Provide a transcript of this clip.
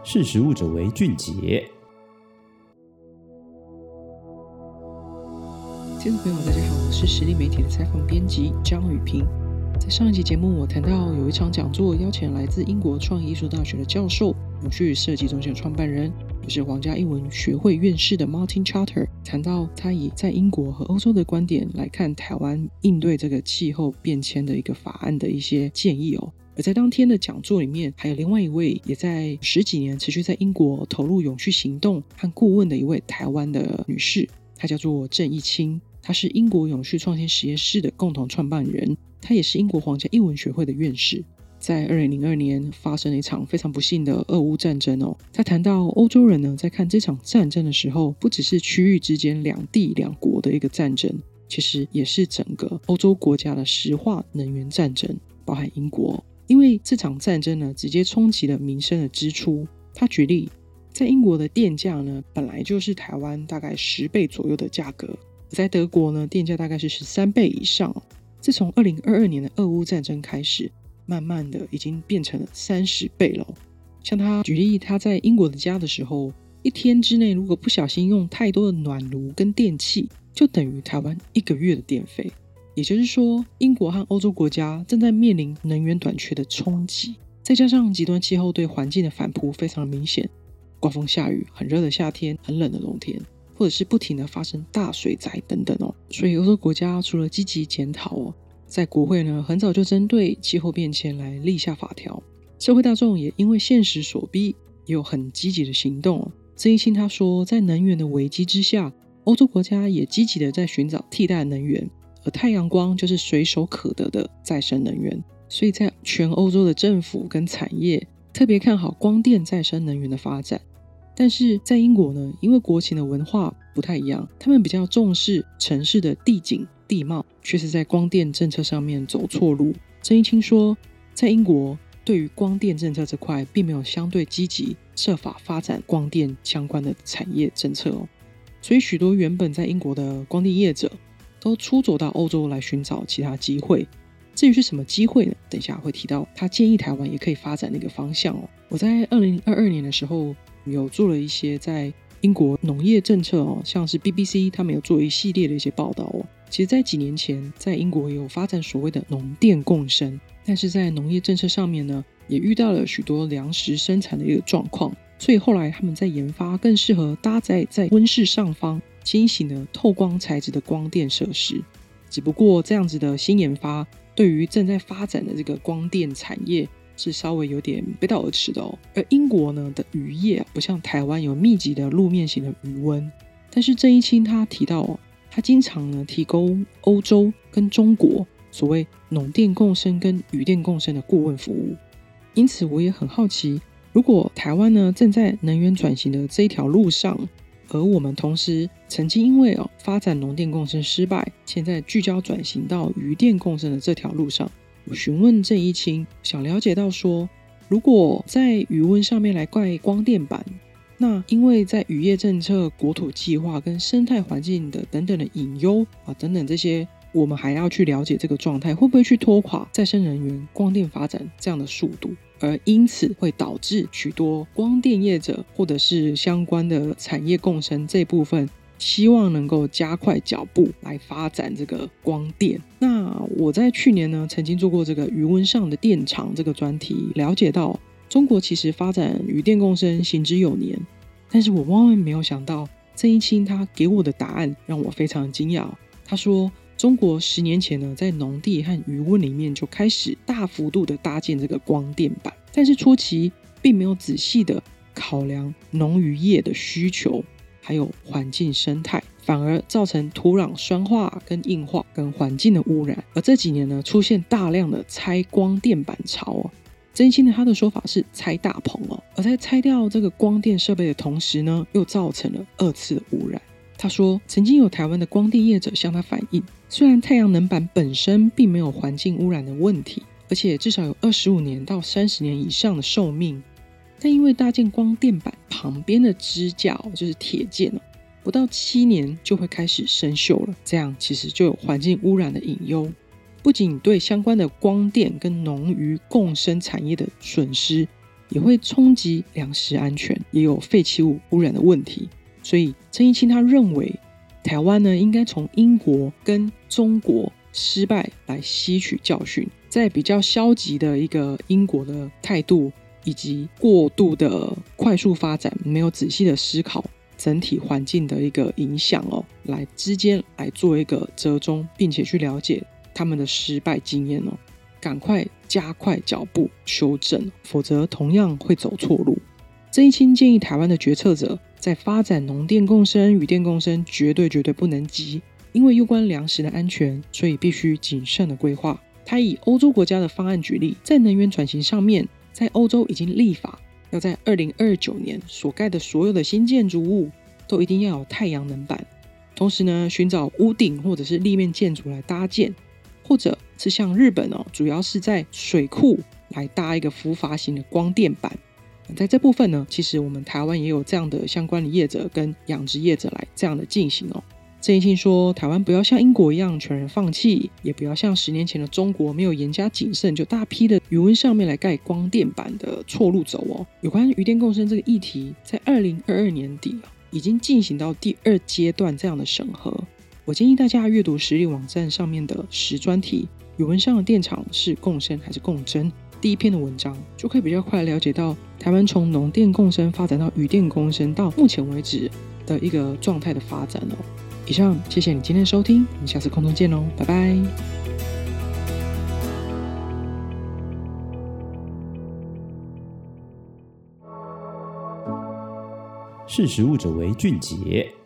识时务者为俊杰。 听众朋友们大家好，我是实力媒体的采访编辑张雨萍。在上一集节目我谈到有一场讲座邀请来自英国创意艺术大学的教授，永续设计中心的创办人，也是皇家英文学会院士的 Martin Charter， 谈到他以在英国和欧洲的观点来看台湾应对这个气候变迁的一个法案的一些建议哦。而在当天的讲座里面，还有另外一位也在10几年持续在英国投入永续行动和顾问的一位台湾的女士，她叫做郑义清，她是英国永续创新实验室的共同创办人，她也是英国皇家英文学会的院士。在2002年发生了一场非常不幸的俄乌战争哦。他谈到欧洲人呢，在看这场战争的时候，不只是区域之间两地两国的一个战争，其实也是整个欧洲国家的石化能源战争，包含英国。因为这场战争呢，直接冲击了民生的支出。他举例，在英国的电价呢，本来就是台湾大概10倍左右的价格，而在德国呢，电价大概是13倍以上。自从2022年的俄乌战争开始，慢慢的已经变成了30倍了。像他举例，他在英国的家的时候，一天之内如果不小心用太多的暖炉跟电器，就等于台湾1个月的电费。也就是说，英国和欧洲国家正在面临能源短缺的冲击，再加上极端气候对环境的反扑非常明显，刮风下雨，很热的夏天，很冷的冬天，或者是不停的发生大水灾等等哦。所以欧洲国家除了积极检讨哦，在国会呢，很早就针对气候变迁来立下法条，社会大众也因为现实所逼，也有很积极的行动哦。郑义清他说，在能源的危机之下，欧洲国家也积极的在寻找替代能源，而太阳光就是随手可得的再生能源，所以在全欧洲的政府跟产业特别看好光电再生能源的发展。但是在英国呢，因为国情的文化不太一样，他们比较重视城市的地景地貌，却是在光电政策上面走错路。郑义清说，在英国对于光电政策这块并没有相对积极设法发展光电相关的产业政策哦，所以许多原本在英国的光电业者都出走到欧洲来寻找其他机会。至于是什么机会呢？等一下会提到，他建议台湾也可以发展的一个方向哦。我在2022年的时候有做了一些在英国农业政策哦，像是 BBC 他们有做一系列的一些报道哦。其实在几年前，在英国也有发展所谓的农电共生，但是在农业政策上面呢，也遇到了许多粮食生产的一个状况，所以后来他们在研发更适合搭载在温室上方轻型的透光材质的光电设施。只不过这样子的新研发对于正在发展的这个光电产业是稍微有点背道而驰的哦。而英国呢的渔业不像台湾有密集的路面型的渔温，但是郑义清他提到哦，他经常呢提供欧洲跟中国所谓农电共生跟渔电共生的顾问服务。因此我也很好奇，如果台湾呢正在能源转型的这一条路上，而我们同时曾经因为发展农电共生失败，现在聚焦转型到渔电共生的这条路上，我询问郑义清，想了解到说，如果在渔温上面来盖光电板，那因为在渔业政策、国土计划跟生态环境的等等的隐忧等等这些，我们还要去了解这个状态会不会去拖垮再生能源、光电发展这样的速度，而因此会导致许多光电业者或者是相关的产业共生这部分希望能够加快脚步来发展这个光电。那我在去年呢曾经做过这个渔温上的电厂这个专题，了解到中国其实发展渔电共生行之有年，但是我万万没有想到郑义清他给我的答案让我非常惊讶。他说中国10年前呢，在农地和渔温里面就开始大幅度的搭建这个光电板，但是初期并没有仔细的考量农渔业的需求，还有环境生态，反而造成土壤酸化跟硬化跟环境的污染。而这几年呢，出现大量的拆光电板潮哦。郑义清的他的说法是拆大棚哦，而在拆掉这个光电设备的同时呢，又造成了2次的污染。他说，曾经有台湾的光电业者向他反映，虽然太阳能板本身并没有环境污染的问题，而且至少有25年到30年以上的寿命，但因为搭建光电板旁边的支架就是铁件不到7年就会开始生锈了，这样其实就有环境污染的隐忧，不仅对相关的光电跟农渔共生产业的损失也会冲击粮食安全，也有废弃物污染的问题。所以郑义清他认为台湾呢应该从英国跟中国失败来吸取教训，在比较消极的一个英国的态度以及过度的快速发展，没有仔细的思考整体环境的一个影响来之间来做一个折中，并且去了解他们的失败经验赶快加快脚步修正，否则同样会走错路。郑义清建议台湾的决策者在发展农电共生、渔电共生绝对不能急，因为攸关粮食的安全，所以必须谨慎的规划。他以欧洲国家的方案举例，在能源转型上面，在欧洲已经立法，要在2029年所盖的所有的新建筑物都一定要有太阳能板，同时呢，寻找屋顶或者是立面建筑来搭建，或者是像日本主要是在水库来搭一个浮筏型的光电板。在这部分呢，其实我们台湾也有这样的相关的业者跟养殖业者来这样的进行郑义清说，台湾不要像英国一样全然放弃，也不要像10年前的中国没有严加谨慎就大批的余温上面来盖光电板的错路走有关渔电共生这个议题，在2022年底已经进行到第2阶段这样的审核。我建议大家阅读实力网站上面的10专题，余温上的电厂是共生还是共争，第1篇的文章就可以比较快了解到台湾从农电共生发展到渔电共生到目前为止的一个状态的发展以上，谢谢你今天的收听，我们下次空中见拜拜。 识时务者为俊杰。